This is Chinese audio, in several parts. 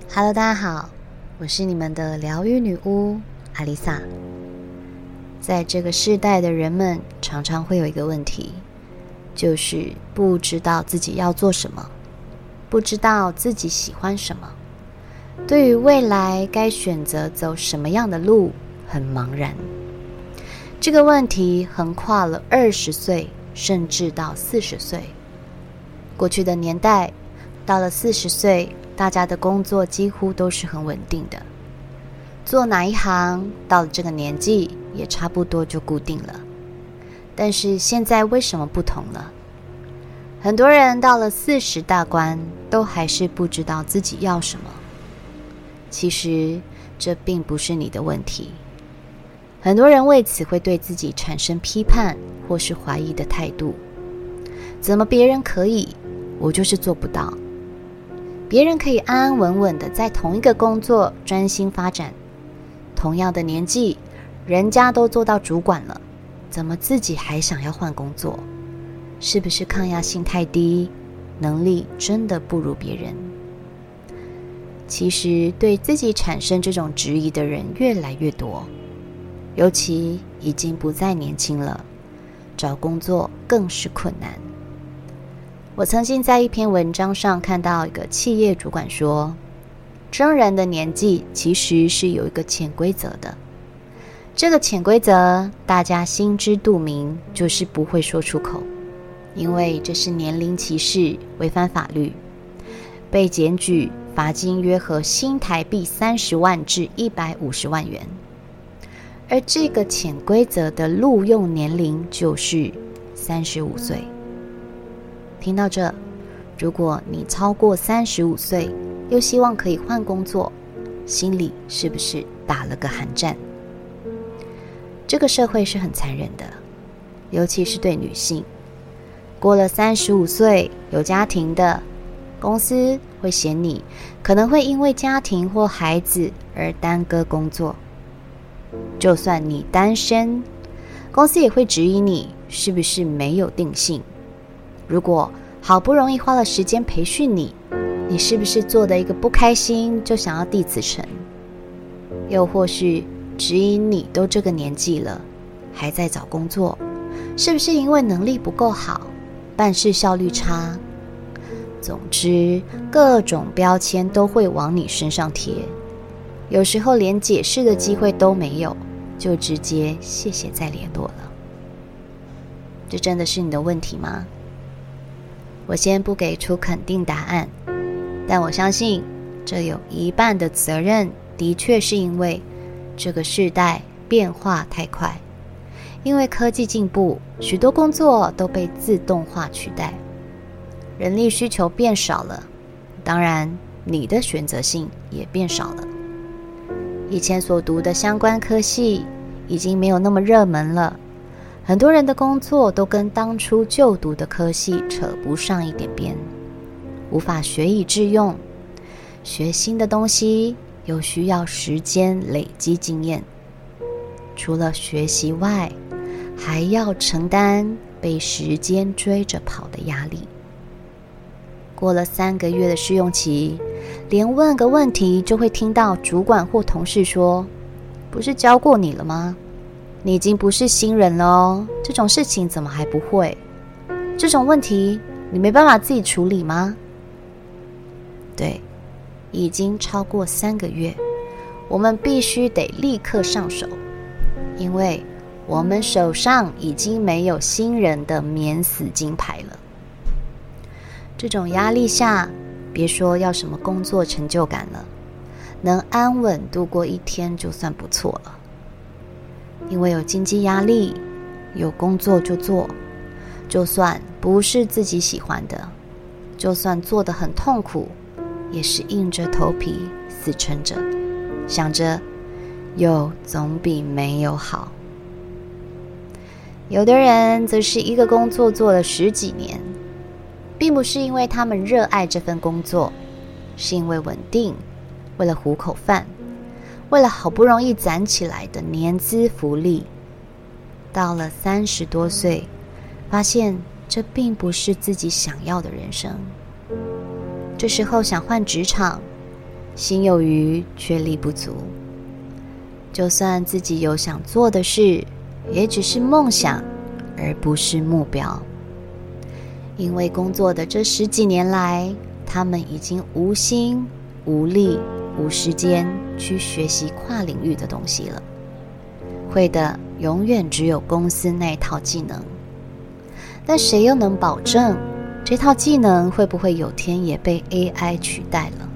Hello， 大家好，我是你们的疗愈女巫阿丽萨。在这个世代的人们常常会有一个问题，就是不知道自己要做什么，不知道自己喜欢什么，对于未来该选择走什么样的路很茫然。这个问题横跨了20岁甚至到40岁。过去的年代，到了40岁，大家的工作几乎都是很稳定的，做哪一行到了这个年纪也差不多就固定了。但是现在为什么不同了？很多人到了40大关都还是不知道自己要什么。其实这并不是你的问题。很多人为此会对自己产生批判或是怀疑的态度。怎么别人可以，我就是做不到。别人可以安安稳稳的在同一个工作专心发展，同样的年纪，人家都做到主管了，怎么自己还想要换工作？是不是抗压性太低，能力真的不如别人？其实对自己产生这种质疑的人越来越多，尤其已经不再年轻了，找工作更是困难。我曾经在一篇文章上看到一个企业主管说，真人的年纪其实是有一个潜规则的。这个潜规则大家心知肚明，就是不会说出口，因为这是年龄歧视，违反法律，被检举，罚金约合新台币30万至150万元。而这个潜规则的录用年龄就是35岁。听到这，如果你超过35岁，又希望可以换工作，心里是不是打了个寒战？这个社会是很残忍的，尤其是对女性。过了35岁，有家庭的，公司会嫌你可能会因为家庭或孩子而耽搁工作。就算你单身，公司也会质疑你是不是没有定性。如果好不容易花了时间培训你，你是不是做的一个不开心就想要递辞呈？又或是质疑你都这个年纪了，还在找工作，是不是因为能力不够好，办事效率差？总之，各种标签都会往你身上贴，有时候连解释的机会都没有，就直接谢谢再联络了。这真的是你的问题吗？我先不给出肯定答案，但我相信这有一半的责任的确是因为这个世代变化太快，因为科技进步，许多工作都被自动化取代，人力需求变少了，当然你的选择性也变少了。以前所读的相关科系已经没有那么热门了，很多人的工作都跟当初就读的科系扯不上一点边，无法学以致用。学新的东西又需要时间累积经验，除了学习外，还要承担被时间追着跑的压力。过了3个月的试用期，连问个问题就会听到主管或同事说，不是教过你了吗？你已经不是新人了哦，这种事情怎么还不会？这种问题你没办法自己处理吗？对，已经超过3个月，我们必须得立刻上手，因为我们手上已经没有新人的免死金牌了。这种压力下，别说要什么工作成就感了，能安稳度过一天就算不错了。因为有经济压力，有工作就做，就算不是自己喜欢的，就算做得很痛苦，也是硬着头皮死撑着，想着有总比没有好。有的人则是一个工作做了10几年，并不是因为他们热爱这份工作，是因为稳定，为了糊口饭，为了好不容易攒起来的年资福利。到了30多岁，发现这并不是自己想要的人生。这时候想换职场， 心有余却力不足。就算自己有想做的事，也只是梦想，而不是目标。因为工作的这10几年来，他们已经无心、无力、无时间去学习跨领域的东西了。会的永远只有公司那套技能，但谁又能保证这套技能会不会有天也被 AI 取代了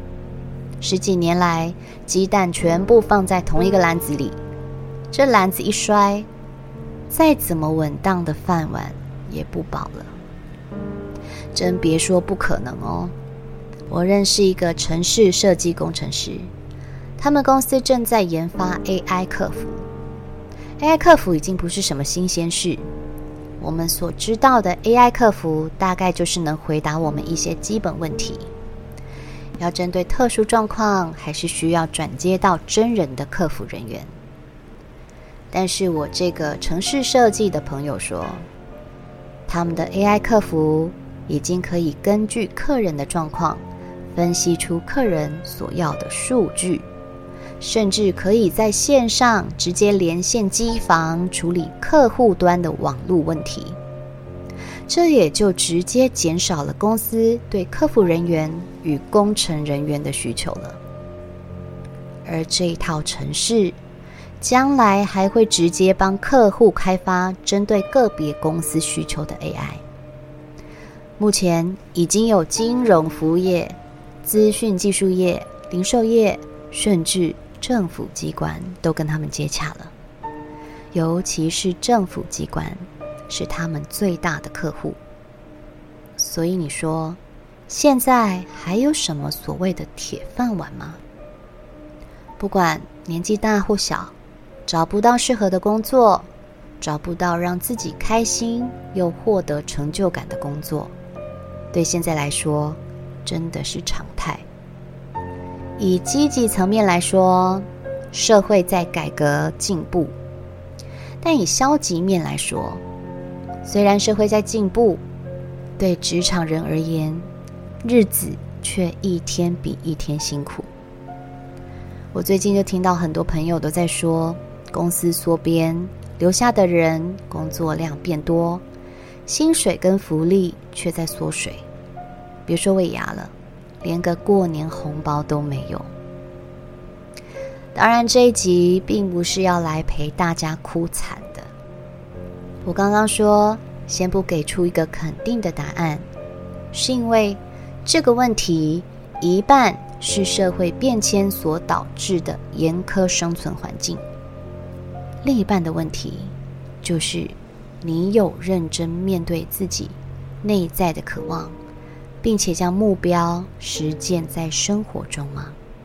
？10几年来，鸡蛋全部放在同一个篮子里，这篮子一摔，再怎么稳当的饭碗也不保了。真别说不可能哦。我认识一个程式设计工程师，他们公司正在研发 AI 客服。AI 客服已经不是什么新鲜事，我们所知道的 AI 客服大概就是能回答我们一些基本问题。要针对特殊状况，还是需要转接到真人的客服人员。但是我这个程式设计的朋友说，他们的 AI 客服已经可以根据客人的状况，分析出客人所要的数据，甚至可以在线上直接连线机房处理客户端的网络问题。这也就直接减少了公司对客服人员与工程人员的需求了。而这一套程式将来还会直接帮客户开发针对个别公司需求的 AI。 目前已经有金融服务业、资讯技术业、零售业，甚至政府机关都跟他们接洽了。尤其是政府机关是他们最大的客户。所以你说，现在还有什么所谓的铁饭碗吗？不管年纪大或小，找不到适合的工作，找不到让自己开心又获得成就感的工作，对现在来说真的是常态。以积极层面来说，社会在改革进步，但以消极面来说，虽然社会在进步，对职场人而言，日子却一天比一天辛苦。我最近就听到很多朋友都在说，公司缩编，留下的人工作量变多，薪水跟福利却在缩水。别说尾牙了，连个过年红包都没有。当然这一集并不是要来陪大家哭惨的。我刚刚说先不给出一个肯定的答案，是因为这个问题一半是社会变迁所导致的严苛生存环境，另一半的问题就是你有认真面对自己内在的渴望，并且将目标实践在生活中吗？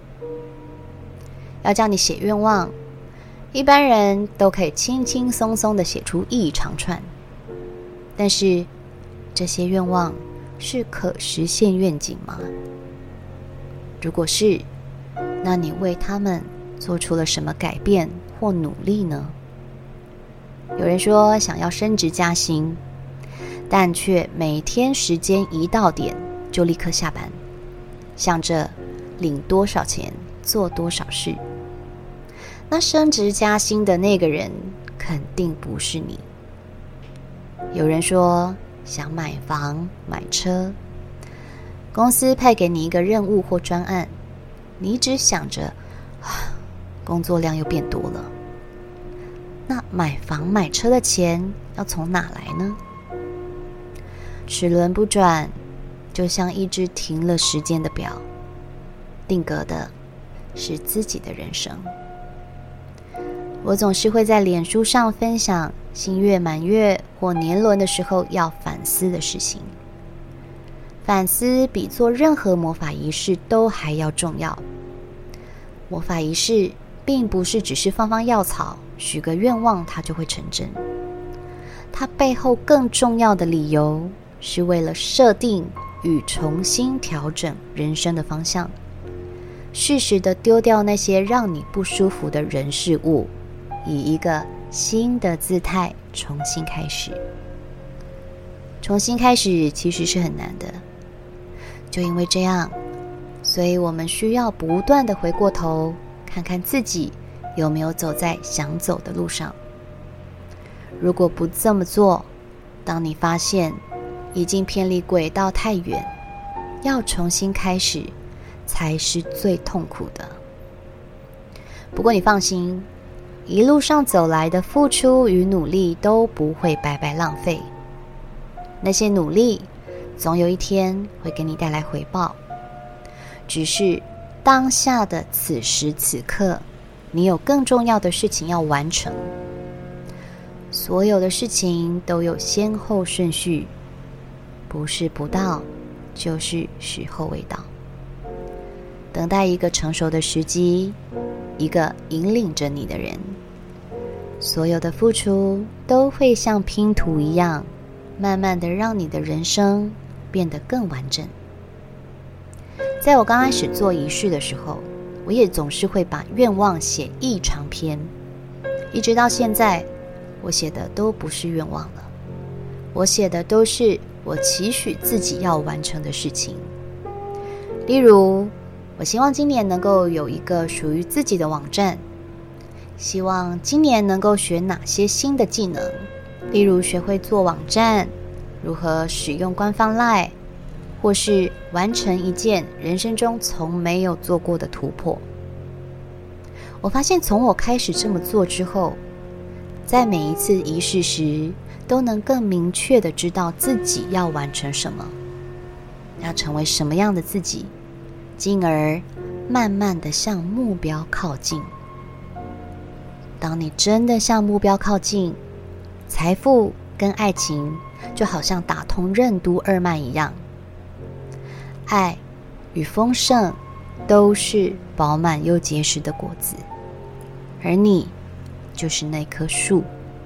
要叫你写愿望，一般人都可以轻轻松松地写出一长串，但是这些愿望是可实现愿景吗？如果是，那你为他们做出了什么改变或努力呢？有人说想要升职加薪，但却每天时间一到点就立刻下班，想着领多少钱做多少事。那升职加薪的那个人肯定不是你。有人说想买房买车，公司派给你一个任务或专案，你只想着工作量又变多了，那买房买车的钱要从哪来呢？齿轮不转，就像一只停了时间的表，定格的是自己的人生。我总是会在脸书上分享新月满月或年轮的时候要反思的事情。反思比做任何魔法仪式都还要重要。魔法仪式并不是只是放放药草，许个愿望它就会成真。它背后更重要的理由是为了设定与重新调整人生的方向，适时的丢掉那些让你不舒服的人事物，以一个新的姿态重新开始。重新开始其实是很难的，就因为这样， 所以我们需要不断的回过头，看看自己有没有走在想走的路上。如果不这么做，当你发现已经偏离轨道太远，要重新开始才是最痛苦的。不过你放心，一路上走来的付出与努力都不会白白浪费，那些努力总有一天会给你带来回报，只是当下的此时此刻，你有更重要的事情要完成。所有的事情都有先后顺序，不是不到，就是时候未到。等待一个成熟的时机，一个引领着你的人。所有的付出都会像拼图一样，慢慢的让你的人生变得更完整。在我刚开始做仪式的时候，我也总是会把愿望写一长篇，一直到现在，我写的都不是愿望了，我写的都是我期许自己要完成的事情。例如，我希望今年能够有一个属于自己的网站，希望今年能够学哪些新的技能，例如学会做网站，如何使用官方 LINE， 或是完成一件人生中从没有做过的突破。我发现从我开始这么做之后，在每一次仪式时，都能更明确地知道自己要完成什么，要成为什么样的自己，进而慢慢地向目标靠近。当你真的向目标靠近，财富跟爱情就好像打通任督二脉一样，爱与丰盛都是饱满又结实的果子，而你就是那棵树。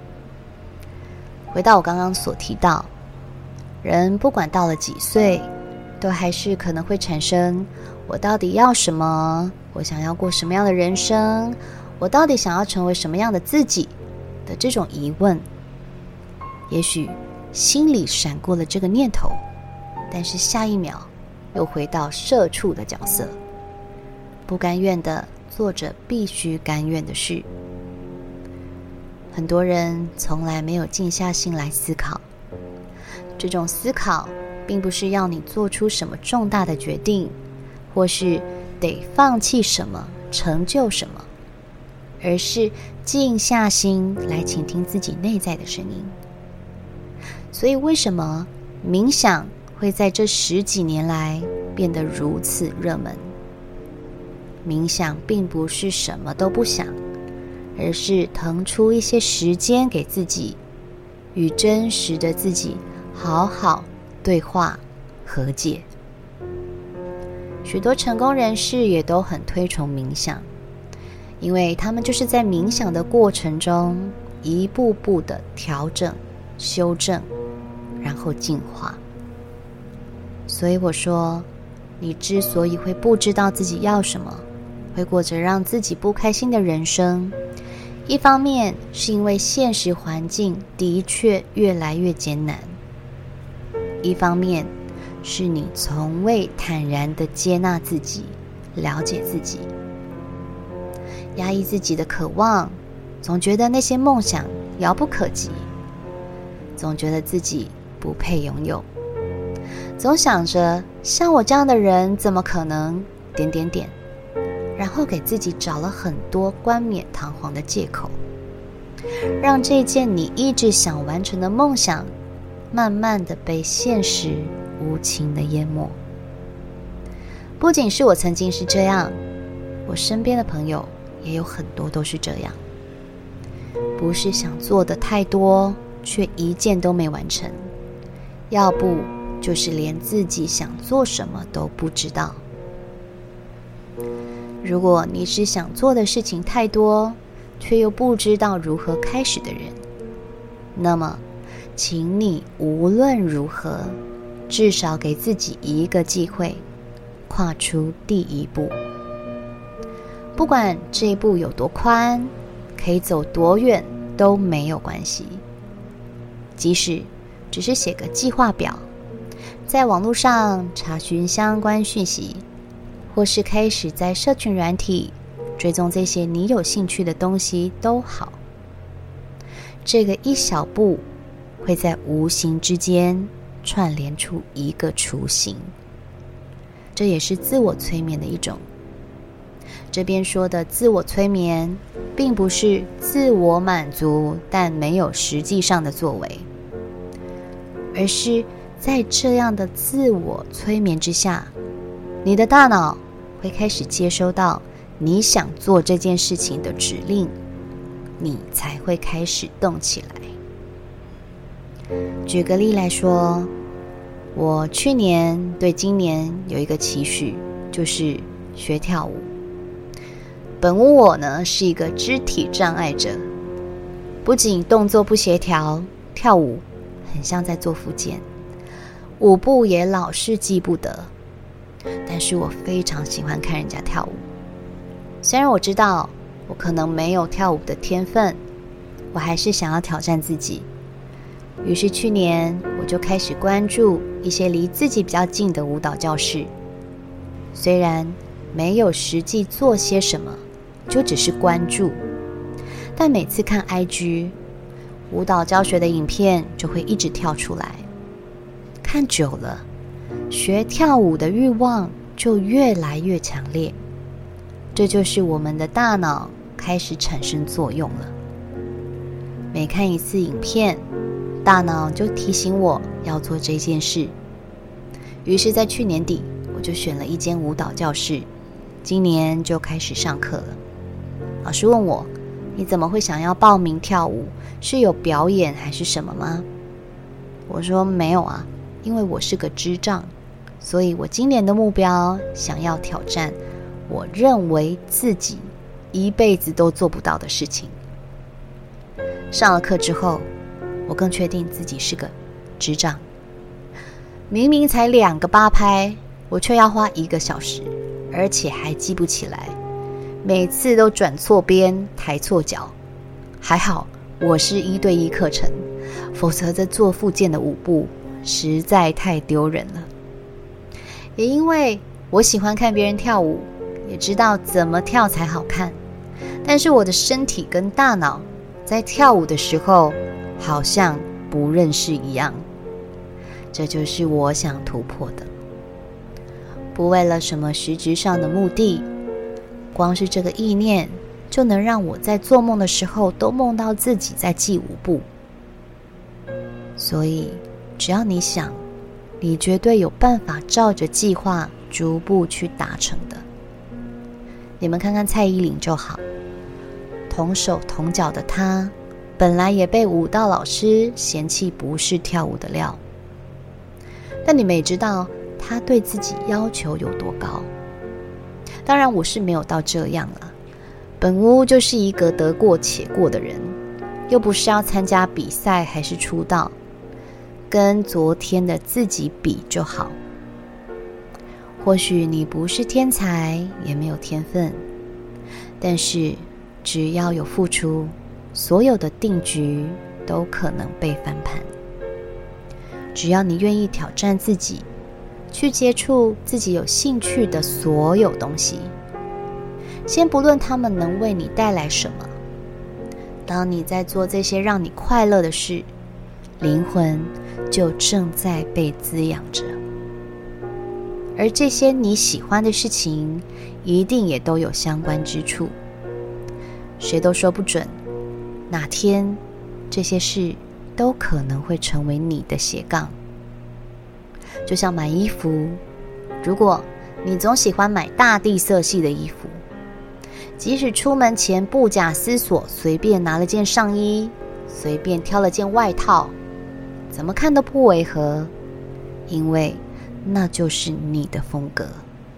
回到我刚刚所提到，人不管到了几岁，都还是可能会产生我到底要什么，我想要过什么样的人生，我到底想要成为什么样的自己的这种疑问。也许心里闪过了这个念头，但是下一秒又回到社畜的角色，不甘愿地做着必须甘愿的事。很多人从来没有静下心来思考，这种思考并不是要你做出什么重大的决定，或是得放弃什么成就什么，而是静下心来倾听自己内在的声音。所以为什么冥想会在这10几年来变得如此热门？冥想并不是什么都不想，而是腾出一些时间给自己，与真实的自己好好对话和解。许多成功人士也都很推崇冥想，因为他们就是在冥想的过程中一步步的调整、修正，然后进化。所以我说，你之所以会不知道自己要什么，会过着让自己不开心的人生，一方面是因为现实环境的确越来越艰难，一方面是你从未坦然地接纳自己，了解自己，压抑自己的渴望，总觉得那些梦想遥不可及，总觉得自己不配拥有，总想着像我这样的人怎么可能……然后给自己找了很多冠冕堂皇的借口，让这件你一直想完成的梦想慢慢的被现实无情的淹没。不仅是我曾经是这样，我身边的朋友也有很多都是这样，不是想做的太多，却一件都没完成，要不就是连自己想做什么都不知道。如果你是想做的事情太多，却又不知道如何开始的人，那么请你无论如何至少给自己一个机会，跨出第一步。不管这一步有多宽，可以走多远都没有关系，即使只是写个计划表，在网络上查询相关讯息， 或是开始在社群软体追踪这些你有兴趣的东西都好。这个一小步会在无形之间串联出一个雏形，这也是自我催眠的一种。这边说的自我催眠，并不是自我满足但没有实际上的作为，而是在这样的自我催眠之下，你的大脑会开始接收到你想做这件事情的指令，你才会开始动起来。举个例来说，我去年对今年有一个期许，就是学跳舞。本屋我呢是一个肢体障碍者，不仅动作不协调，跳舞很像在做复健，舞步也老是记不得。但是我非常喜欢看人家跳舞，虽然我知道我可能没有跳舞的天分，我还是想要挑战自己。于是去年我就开始关注一些离自己比较近的舞蹈教室，虽然没有实际做些什么，就只是关注，但每次看 IG 舞蹈教学的影片就会一直跳出来，看久了，学跳舞的欲望就越来越强烈。这就是我们的大脑开始产生作用了。每看一次影片，大脑就提醒我要做这件事。于是在去年底，我就选了一间舞蹈教室，今年就开始上课了。老师问我，你怎么会想要报名跳舞？是有表演还是什么吗？我说没有啊，因为我是个智障，所以我今年的目标想要挑战我认为自己一辈子都做不到的事情。上了课之后，我更确定自己是个智障。明明才2个八拍，我却要花1个小时，而且还记不起来，每次都转错边，抬错脚。还好我是1对1课程，否则这做复健的舞步实在太丢人了。也因为我喜欢看别人跳舞，也知道怎么跳才好看，但是我的身体跟大脑在跳舞的时候好像不认识一样。这就是我想突破的，不为了什么实质上的目的，光是这个意念就能让我在做梦的时候都梦到自己在记舞步。所以只要你想，你绝对有办法照着计划逐步去达成的。你们看看蔡依林就好，同手同脚的她，本来也被舞蹈老师嫌弃不是跳舞的料，但你们也知道她对自己要求有多高。当然我是没有到这样啦，本屋就是一个得过且过的人，又不是要参加比赛还是出道，跟昨天的自己比就好。或许你不是天才，也没有天分，但是只要有付出，所有的定局都可能被翻盘。只要你愿意挑战自己，去接触自己有兴趣的所有东西，先不论他们能为你带来什么，当你在做这些让你快乐的事，灵魂就正在被滋养着。而这些你喜欢的事情，一定也都有相关之处。谁都说不准，哪天这些事都可能会成为你的斜杠。就像买衣服，如果你总喜欢买大地色系的衣服，即使出门前不假思索随便拿了件上衣，随便挑了件外套，怎么看都不违和，因为那就是你的风格。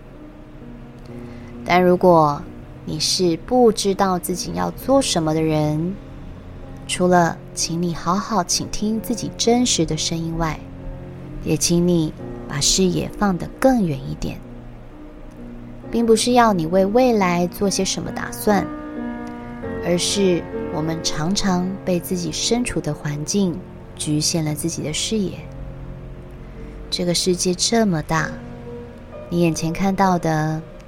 但如果你是不知道自己要做什么的人，除了请你好好倾听自己真实的声音外，也请你把视野放得更远一点，并不是要你为未来做些什么打算，而是我们常常被自己身处的环境局限了自己的视野。这个世界这么大，你眼前看到的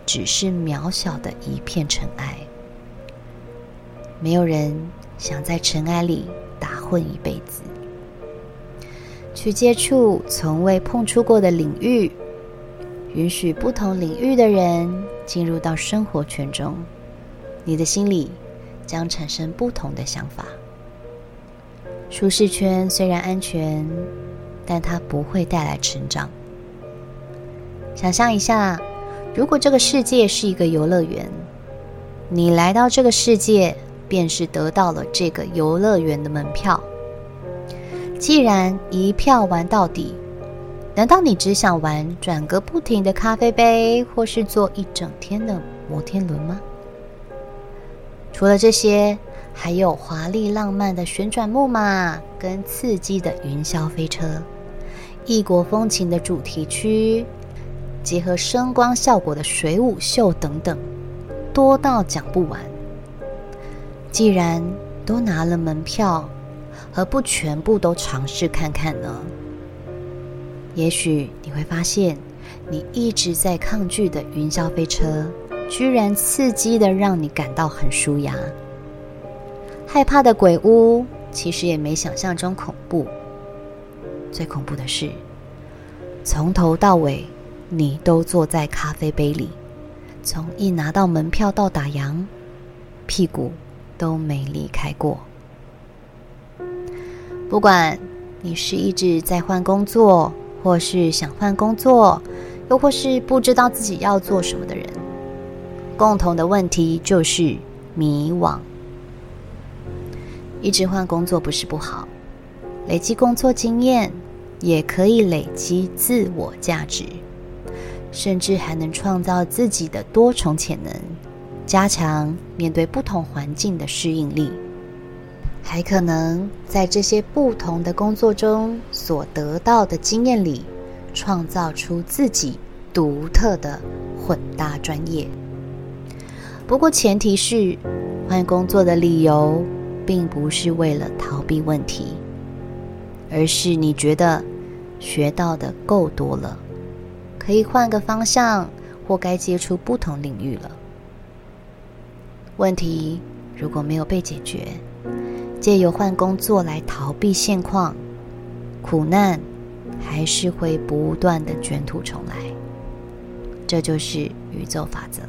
只是渺小的一片尘埃。没有人想在尘埃里打混一辈子。去接触从未碰触过的领域，允许不同领域的人进入到生活圈中，你的心里将产生不同的想法。舒适圈虽然安全，但它不会带来成长。想象一下，如果这个世界是一个游乐园，你来到这个世界便是得到了这个游乐园的门票。既然一票玩到底，难道你只想玩转个不停的咖啡杯，或是坐一整天的摩天轮吗？除了这些，还有华丽浪漫的旋转木马跟刺激的云霄飞车，异国风情的主题区，结合声光效果的水舞秀等等，多到讲不完。既然都拿了门票，何不全部都尝试看看呢？也许你会发现，你一直在抗拒的云霄飞车，居然刺激的让你感到很舒压。害怕的鬼屋，其实也没想象中恐怖。最恐怖的是，从头到尾，你都坐在咖啡杯里，从一拿到门票到打烊，屁股都没离开过。不管你是一直在换工作，或是想换工作，又或是不知道自己要做什么的人，共同的问题就是迷惘。一直换工作不是不好，累积工作经验也可以累积自我价值，甚至还能创造自己的多重潜能，加强面对不同环境的适应力，还可能在这些不同的工作中所得到的经验里，创造出自己独特的混搭专业。不过前提是，换工作的理由并不是为了逃避问题，而是你觉得学到的够多了，可以换个方向，或该接触不同领域了。问题如果没有被解决，借由换工作来逃避现况，苦难还是会不断的卷土重来。这就是宇宙法则。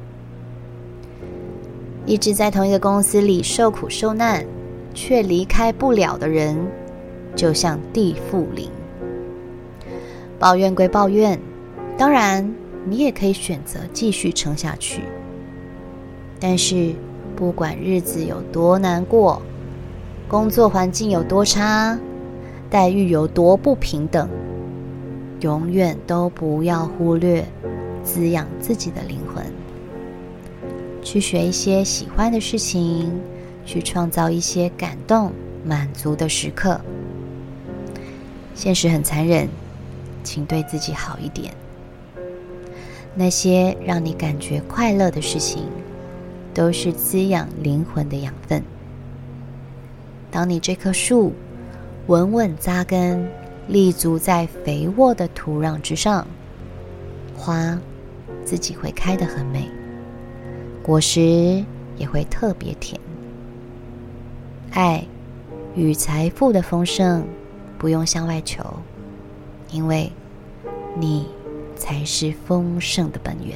一直在同一个公司里受苦受难，却离开不了的人，就像地缚灵。抱怨归抱怨，当然你也可以选择继续撑下去。但是不管日子有多难过，工作环境有多差，待遇有多不平等，永远都不要忽略滋养自己的灵魂。去学一些喜欢的事情，去创造一些感动满足的时刻。现实很残忍，请对自己好一点。那些让你感觉快乐的事情，都是滋养灵魂的养分。当你这棵树稳稳扎根，立足在肥沃的土壤之上，花自己会开得很美，果实也会特别甜。爱与财富的丰盛不用向外求，因为你才是丰盛的本源。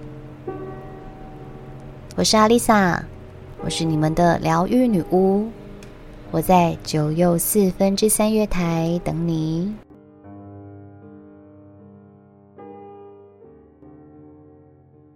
我是阿丽萨，我是你们的疗愈女巫，我在9又4分之3月台等你。